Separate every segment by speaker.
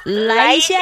Speaker 1: 来一下。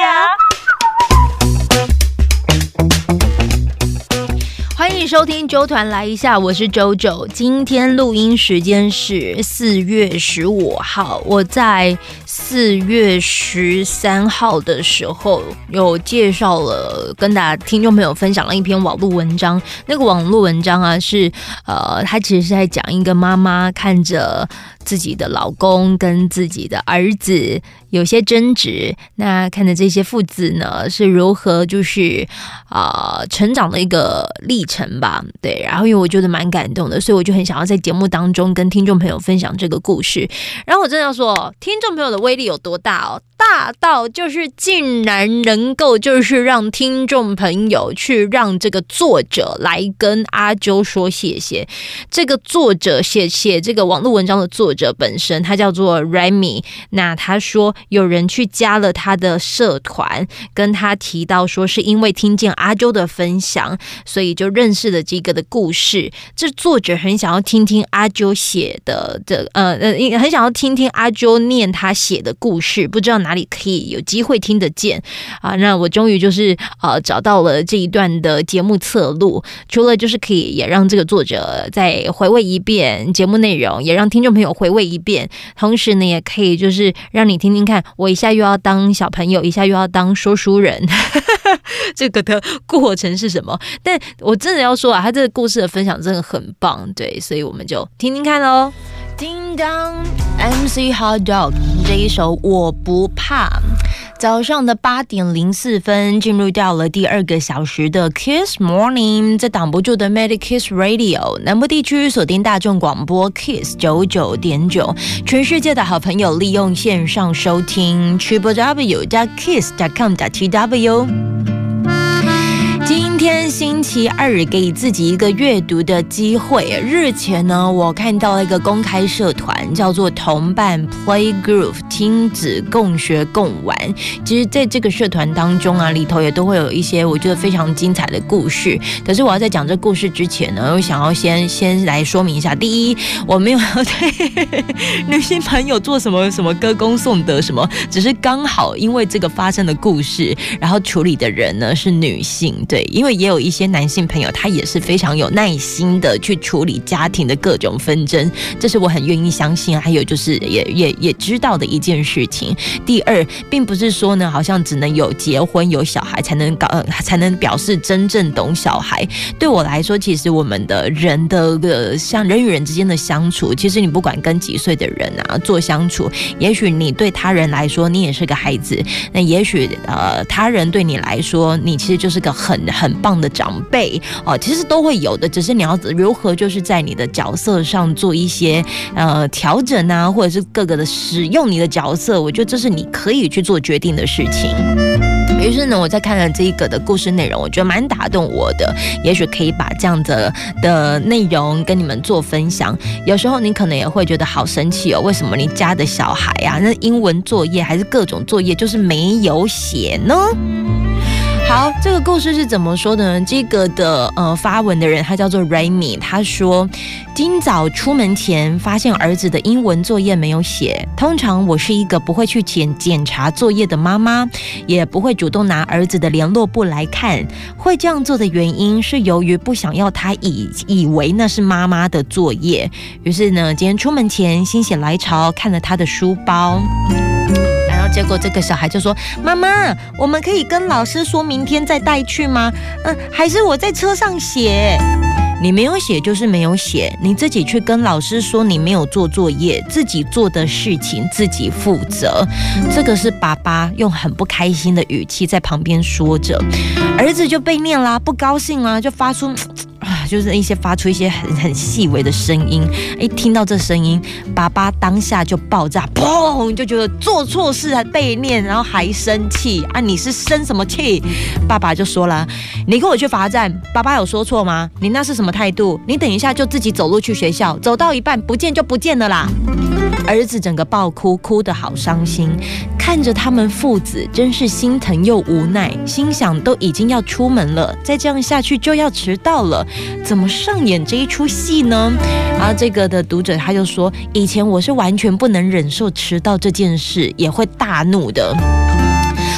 Speaker 1: 欢迎收听啾团来一下，我是啾啾。今天录音时间是4月15号，我在4月13号的时候有介绍了，跟大家听众朋友分享了一篇网络文章。那个网络文章啊，是它其实是在讲一个妈妈看着自己的老公跟自己的儿子有些争执，那看着这些父子呢是如何就是成长的一个历程吧。对，然后因为我觉得蛮感动的，所以我就很想要在节目当中跟听众朋友分享这个故事。然后我真的要说，听众朋友的威力有多大哦，大到就是竟然能够就是让听众朋友去让这个作者来跟阿啾说谢谢。这个作者写这个网络文章的作者本身他叫做 Remy， 那他说有人去加了他的社团，跟他提到说是因为听见阿啾的分享，所以就认识了这个的故事。这作者很想要听听阿啾写的很想要听听阿啾念他写的故事，不知道哪里可以有机会听得见啊？那我终于就是找到了这一段的节目侧录，除了就是可以也让这个作者再回味一遍节目内容，也让听众朋友回味一遍，同时呢也可以就是让你听听看，我一下又要当小朋友，一下又要当说书人这个的过程是什么？但我真的要说啊，他这个故事的分享真的很棒，对，所以我们就听听看咯。叮当 MC Hot Dog 这一首我不怕。早上的8点04分进入到了第2个小时的 Kiss Morning， 在挡不住的 Magic Kiss Radio 南部地区锁定大众广播 Kiss 99.9， 全世界的好朋友利用线上收听 www.kiss.com.tw。今天星期二，给自己一个阅读的机会。日前呢，我看到了一个公开社团，叫做同伴 Playgroup 亲子共学共玩。其实在这个社团当中啊，里头也都会有一些我觉得非常精彩的故事。可是我要在讲这故事之前呢，我想要先来说明一下。第一，我没有对女性朋友做什么歌功颂德什么，只是刚好因为这个发生的故事，然后处理的人呢是女性。对，因为也有一些男性朋友，他也是非常有耐心的去处理家庭的各种纷争，这是我很愿意相信，还有就是也知道的一件事情。第二，并不是说呢，好像只能有结婚有小孩才能表示真正懂小孩。对我来说，其实我们的人的像人与人之间的相处，其实你不管跟几岁的人啊做相处，也许你对他人来说你也是个孩子，那也许他人对你来说，你其实就是个很棒的长辈其实都会有的，只是你要如何就是在你的角色上做一些调整啊，或者是各个的使用你的角色，我觉得这是你可以去做决定的事情。于是呢，我在看了这个的故事内容，我觉得蛮打动我的，也许可以把这样的内容跟你们做分享。有时候你可能也会觉得好生气哦，为什么你家的小孩啊，那英文作业还是各种作业就是没有写呢？好，这个故事是怎么说的呢？这个的发文的人他叫做 Remy， 他说今早出门前发现儿子的英文作业没有写。通常我是一个不会去检查作业的妈妈，也不会主动拿儿子的联络簿来看。会这样做的原因是由于不想要他以为那是妈妈的作业。于是呢，今天出门前心血来潮看了他的书包。结果这个小孩就说：“妈妈，我们可以跟老师说明天再带去吗？还是我在车上写？你没有写就是没有写，你自己去跟老师说你没有做作业，自己做的事情自己负责。”这个是爸爸用很不开心的语气在旁边说着，儿子就被念啦，不高兴啦，就发出就是发出一些很细微的声音。一听到这声音，爸爸当下就爆炸，砰，就觉得做错事还被念，然后还生气啊！你是生什么气？爸爸就说了：“你跟我去罚站，爸爸有说错吗？你那是什么态度？你等一下就自己走路去学校，走到一半不见就不见了啦！”儿子整个爆哭，哭得好伤心，看着他们父子，真是心疼又无奈，心想都已经要出门了，再这样下去就要迟到了，怎么上演这一出戏呢？然后这个的读者他就说，以前我是完全不能忍受迟到这件事，也会大怒的。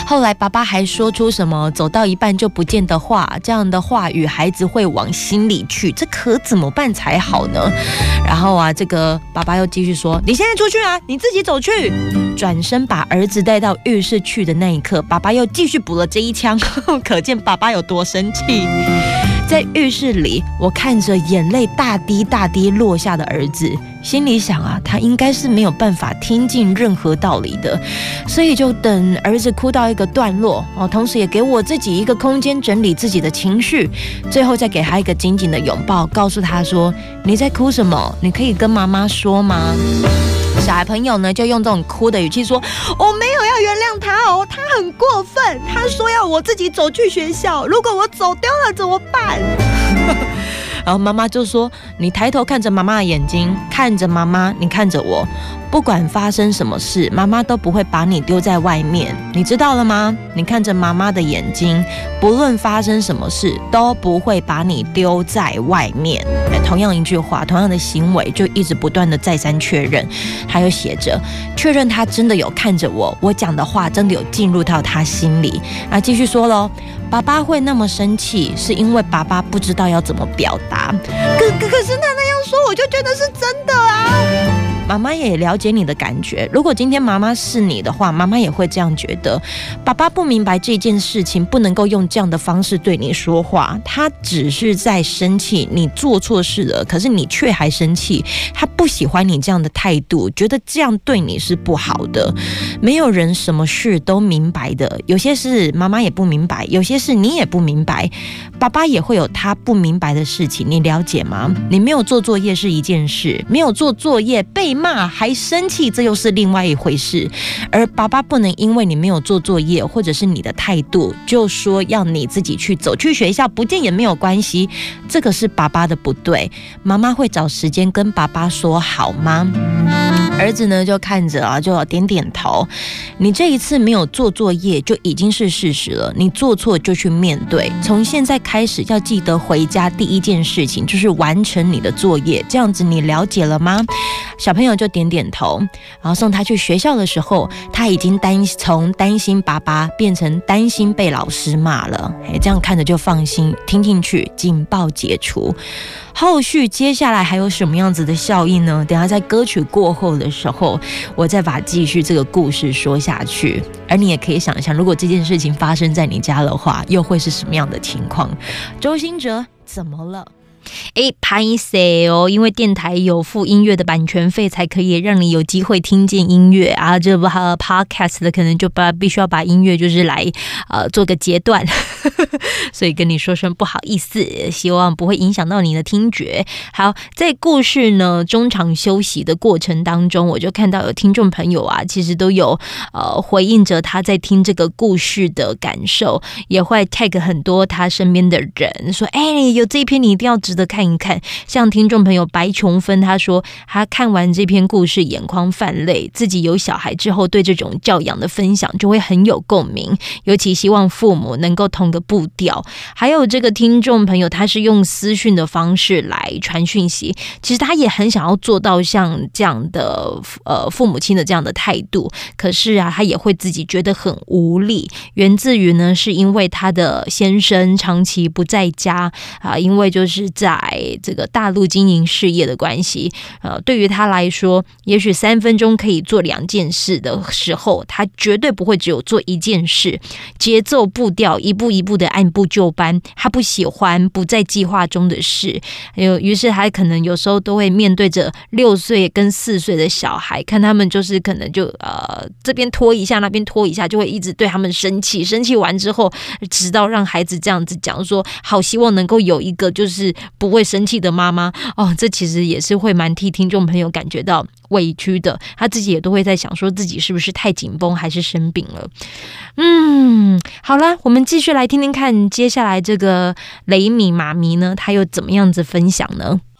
Speaker 1: 后来爸爸还说出什么走到一半就不见的话，这样的话语孩子会往心里去，这可怎么办才好呢？然后啊，这个爸爸又继续说，你现在出去啊，你自己走去。转身把儿子带到浴室去的那一刻，爸爸又继续补了这一枪，可见爸爸有多生气。在浴室里，我看着眼泪大滴大滴落下的儿子，心里想啊，他应该是没有办法听进任何道理的，所以就等儿子哭到一个段落，同时也给我自己一个空间整理自己的情绪，最后再给他一个紧紧的拥抱，告诉他说，你在哭什么？你可以跟妈妈说吗？小孩朋友呢，就用这种哭的语气说，我没有要原谅他哦，他很过分，他说要我自己走去学校，如果我走丢了怎么办？然后妈妈就说，你抬头看着妈妈的眼睛，看着妈妈，你看着我，不管发生什么事，妈妈都不会把你丢在外面，你知道了吗？你看着妈妈的眼睛，不论发生什么事，都不会把你丢在外面。同样一句话，同样的行为，就一直不断的再三确认。还有写着，确认他真的有看着我，我讲的话真的有进入到他心里。继续说咯，爸爸会那么生气，是因为爸爸不知道要怎么表达。可是他那样说，我就觉得是真的啊。妈妈也了解你的感觉，如果今天妈妈是你的话，妈妈也会这样觉得。爸爸不明白这件事情不能够用这样的方式对你说话，他只是在生气，你做错事了，可是你却还生气，他不喜欢你这样的态度，觉得这样对你是不好的。没有人什么事都明白的，有些事妈妈也不明白，有些事你也不明白，爸爸也会有他不明白的事情，你了解吗？你没有做作业是一件事，没有做作业被骂还生气，这又是另外一回事。而爸爸不能因为你没有做作业，或者是你的态度，就说要你自己去走去学校，不见也没有关系，这个是爸爸的不对。妈妈会找时间跟爸爸说好吗？儿子呢就看着啊，就点点头。你这一次没有做作业就已经是事实了，你做错就去面对。从现在开始要记得回家第一件事情就是完成你的作业，这样子你了解了吗？小朋友就点点头。然后送他去学校的时候，他已经从担心爸爸变成担心被老师骂了。这样看着就放心，听进去，警报解除。后续接下来还有什么样子的效应呢？等一下在歌曲过后的时候，我再把继续这个故事说下去。而你也可以想象，如果这件事情发生在你家的话，又会是什么样的情况？周兴哲怎么了？拍谁哦？因为电台有付音乐的版权费，才可以让你有机会听见音乐啊。这podcast 的可能就必须要把音乐就是来做个截断，所以跟你说声不好意思，希望不会影响到你的听觉。好，在故事呢中场休息的过程当中，我就看到有听众朋友啊，其实都有回应着他在听这个故事的感受，也会 tag 很多他身边的人，说有这一篇你一定要值得看一看。像听众朋友白琼芬，他说他看完这篇故事眼眶泛泪，自己有小孩之后对这种教养的分享就会很有共鸣，尤其希望父母能够同个步调。还有这个听众朋友，他是用私讯的方式来传讯息，其实他也很想要做到像这样的父母亲的这样的态度，可是啊他也会自己觉得很无力，源自于呢是因为他的先生长期不在家因为就是在这个大陆经营事业的关系，对于他来说，也许3分钟可以做2件事的时候，他绝对不会只有做1件事，节奏步调一步一步的按部就班，他不喜欢不在计划中的事，于是他可能有时候都会面对着6岁跟4岁的小孩，看他们就是可能就这边拖一下那边拖一下，就会一直对他们生气，生气完之后，直到让孩子这样子讲说，好希望能够有一个就是不会生气的妈妈这其实也是会蛮替听众朋友感觉到委屈的，他自己也都会在想说自己是不是太紧绷还是生病了。好啦，我们继续来听听看接下来这个雷米妈咪呢，她又怎么样子分享呢？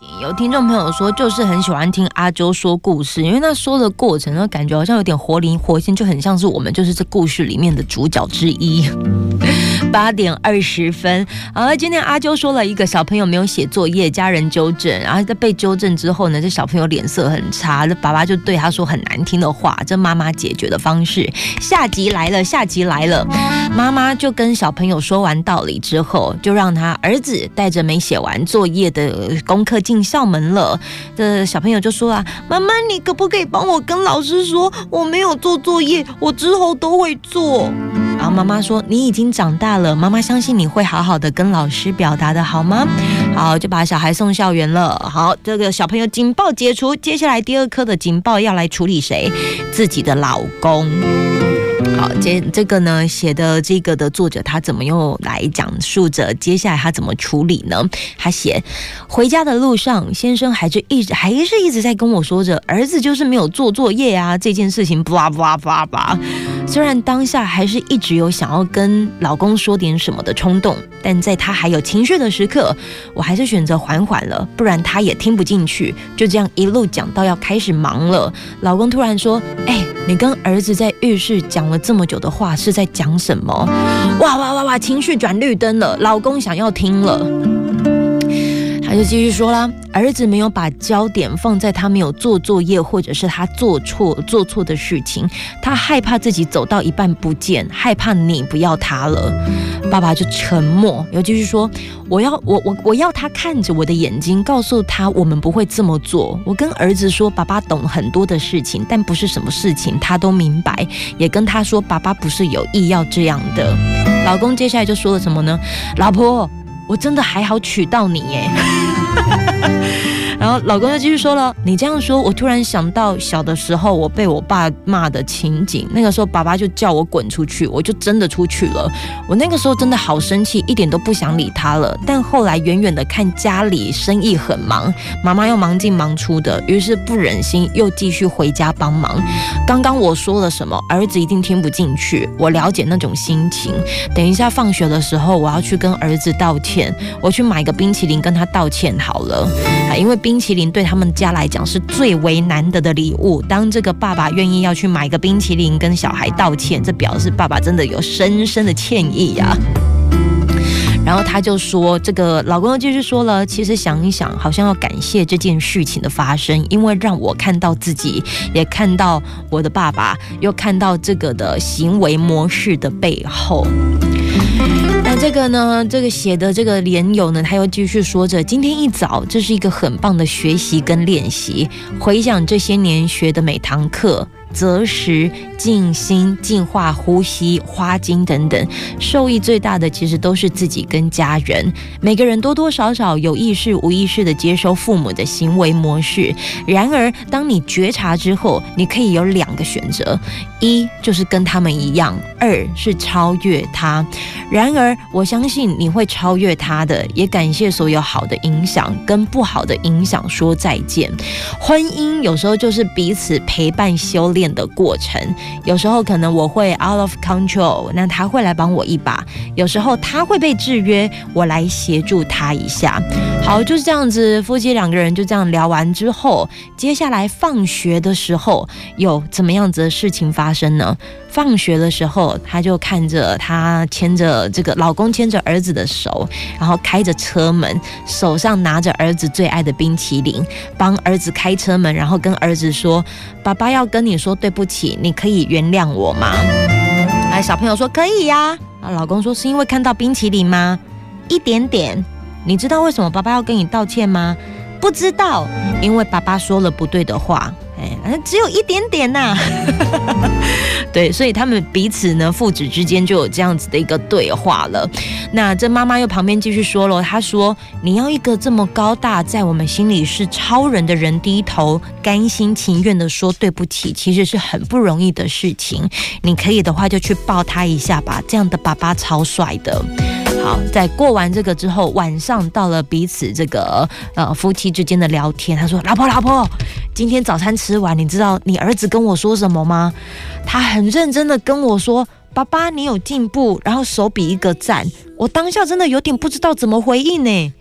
Speaker 1: 有听众朋友说，就是很喜欢听阿啾说故事，因为他说的过程呢，感觉好像有点活灵活现，就很像是我们就是这故事里面的主角之一。8点20分，好了，今天阿啾说了一个小朋友没有写作业，家人纠正，然后在被纠正之后呢，这小朋友脸色很差，这爸爸就对他说很难听的话，这妈妈解决的方式。下集来了，妈妈就跟小朋友说完道理之后，就让他儿子带着没写完作业的功课进校门了。这小朋友就说啊，妈妈，你可不可以帮我跟老师说，我没有做作业，我之后都会做。然后妈妈说，你已经长大了，妈妈相信你会好好的跟老师表达的，好吗？好，就把小孩送校园了。好，这个小朋友警报解除，接下来第2颗的警报要来处理谁？自己的老公。好，这个呢写的这个的作者他怎么又来讲述着接下来他怎么处理呢？他写回家的路上，先生还是一直在跟我说着儿子就是没有做作业啊这件事情blah blah blah blah。虽然当下还是一直有想要跟老公说点什么的冲动，但在他还有情绪的时刻，我还是选择缓缓了，不然他也听不进去。就这样一路讲到要开始忙了，老公突然说，你跟儿子在浴室讲了这么久的话是在讲什么？哇，情绪转绿灯了，老公想要听了。他就继续说啦，儿子没有把焦点放在他没有做作业，或者是他做错的事情，他害怕自己走到一半不见，害怕你不要他了。爸爸就沉默，又继续说，我要他看着我的眼睛，告诉他我们不会这么做。我跟儿子说，爸爸懂很多的事情，但不是什么事情他都明白，也跟他说爸爸不是有意要这样的。老公接下来就说了什么呢？老婆，我真的还好娶到你耶。然后老公就继续说了，你这样说，我突然想到小的时候我被我爸骂的情景，那个时候爸爸就叫我滚出去，我就真的出去了。我那个时候真的好生气，一点都不想理他了。但后来远远的看家里生意很忙，妈妈又忙进忙出的，于是不忍心又继续回家帮忙。刚刚我说了什么，儿子一定听不进去，我了解那种心情。等一下放学的时候，我要去跟儿子道歉，我去买个冰淇淋跟他道歉好了。因为冰淇淋对他们家来讲是最为难得的礼物，当这个爸爸愿意要去买个冰淇淋跟小孩道歉，这表示爸爸真的有深深的歉意啊。然后他就说，这个老公又继续说了，其实想一想，好像要感谢这件事情的发生，因为让我看到自己，也看到我的爸爸，又看到这个的行为模式的背后。那这个呢，这个写的这个连友呢，他又继续说着，今天一早这是一个很棒的学习跟练习，回想这些年学的每堂课，择时、静心、净化、呼吸、花精等等，受益最大的其实都是自己跟家人。每个人多多少少有意识无意识的接收父母的行为模式，然而当你觉察之后，你可以有2个选择，一就是跟他们一样，2是超越他。然而我相信你会超越他的，也感谢所有好的影响跟不好的影响说再见。婚姻有时候就是彼此陪伴修炼的过程，有时候可能我会 out of control， 那他会来帮我一把，有时候他会被制约，我来协助他一下。好，就是这样子，夫妻2个人就这样聊完之后，接下来放学的时候有怎么样子的事情发生呢？放学的时候，他就看着他牵着这个老公牵着儿子的手，然后开着车门，手上拿着儿子最爱的冰淇淋，帮儿子开车门，然后跟儿子说，爸爸要跟你说对不起，你可以原谅我吗？小朋友说可以呀。老公说，是因为看到冰淇淋吗？一点点。你知道为什么爸爸要跟你道歉吗？不知道，因为爸爸说了不对的话。只有一点点呐。对，所以他们彼此呢，父子之间就有这样子的一个对话了。那这妈妈又旁边继续说了，她说，你要一个这么高大，在我们心里是超人的人低头，甘心情愿的说对不起，其实是很不容易的事情。你可以的话就去抱他一下吧，这样的爸爸超帅的。好，在过完这个之后，晚上到了彼此这个夫妻之间的聊天，他说，老婆，今天早餐吃完，你知道你儿子跟我说什么吗？他很认真的跟我说，爸爸你有进步，然后手比一个赞。我当下真的有点不知道怎么回应呢。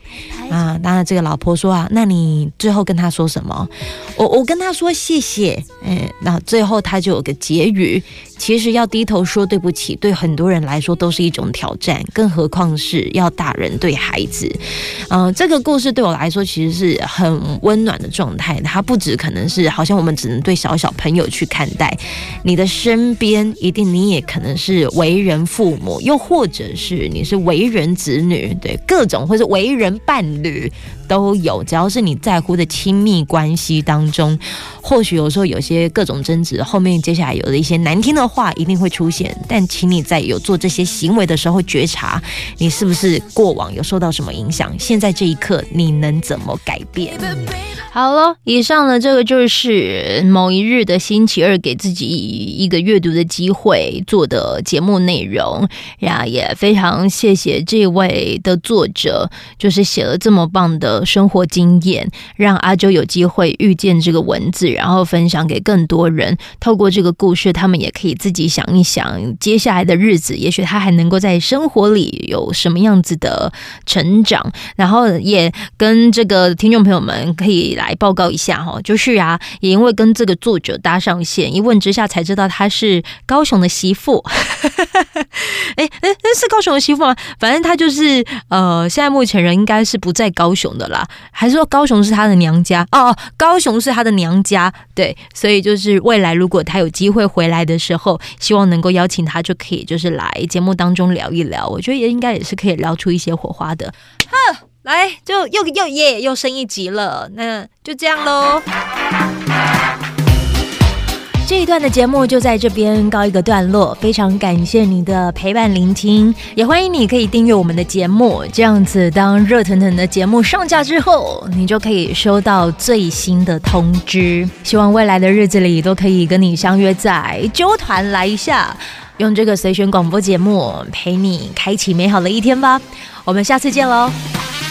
Speaker 1: 啊，当然这个老婆说啊，那你最后跟他说什么？我跟他说谢谢，那最后他就有个结语。其实要低头说对不起，对很多人来说都是一种挑战，更何况是要大人对孩子。这个故事对我来说其实是很温暖的状态，它不只可能是好像我们只能对小朋友去看待，你的身边一定你也可能是为人父母，又或者是你是为人子女，对，各种或是为人伴侣都有，只要是你在乎的亲密关系当中，或许有时候有些各种争执，后面接下来有的一些难听的话一定会出现，但请你在有做这些行为的时候觉察，你是不是过往有受到什么影响，现在这一刻你能怎么改变。好了，以上呢这个就是某一日的星期二给自己一个阅读的机会做的节目内容，也非常谢谢这位的作者，就是写了这么棒的生活经验，让阿啾有机会遇见这个文字，然后分享给更多人，透过这个故事他们也可以自己想一想接下来的日子，也许他还能够在生活里有什么样子的成长，然后也跟这个听众朋友们可以来报告一下就是也因为跟这个作者搭上线，一问之下才知道他是高雄的媳妇是高雄的媳妇吗？反正他就是现在目前人应该是不在高雄的啦，还是说高雄是他的娘家？高雄是他的娘家，对，所以就是未来如果他有机会回来的时候，希望能够邀请他，就可以就是来节目当中聊一聊，我觉得应该也是可以聊出一些火花的。来，就又升一集了，那就这样咯。这一段的节目就在这边告一个段落，非常感谢你的陪伴聆听，也欢迎你可以订阅我们的节目，这样子当热腾腾的节目上架之后，你就可以收到最新的通知。希望未来的日子里都可以跟你相约在啾团来一下，用这个随选广播节目陪你开启美好的一天吧。我们下次见咯。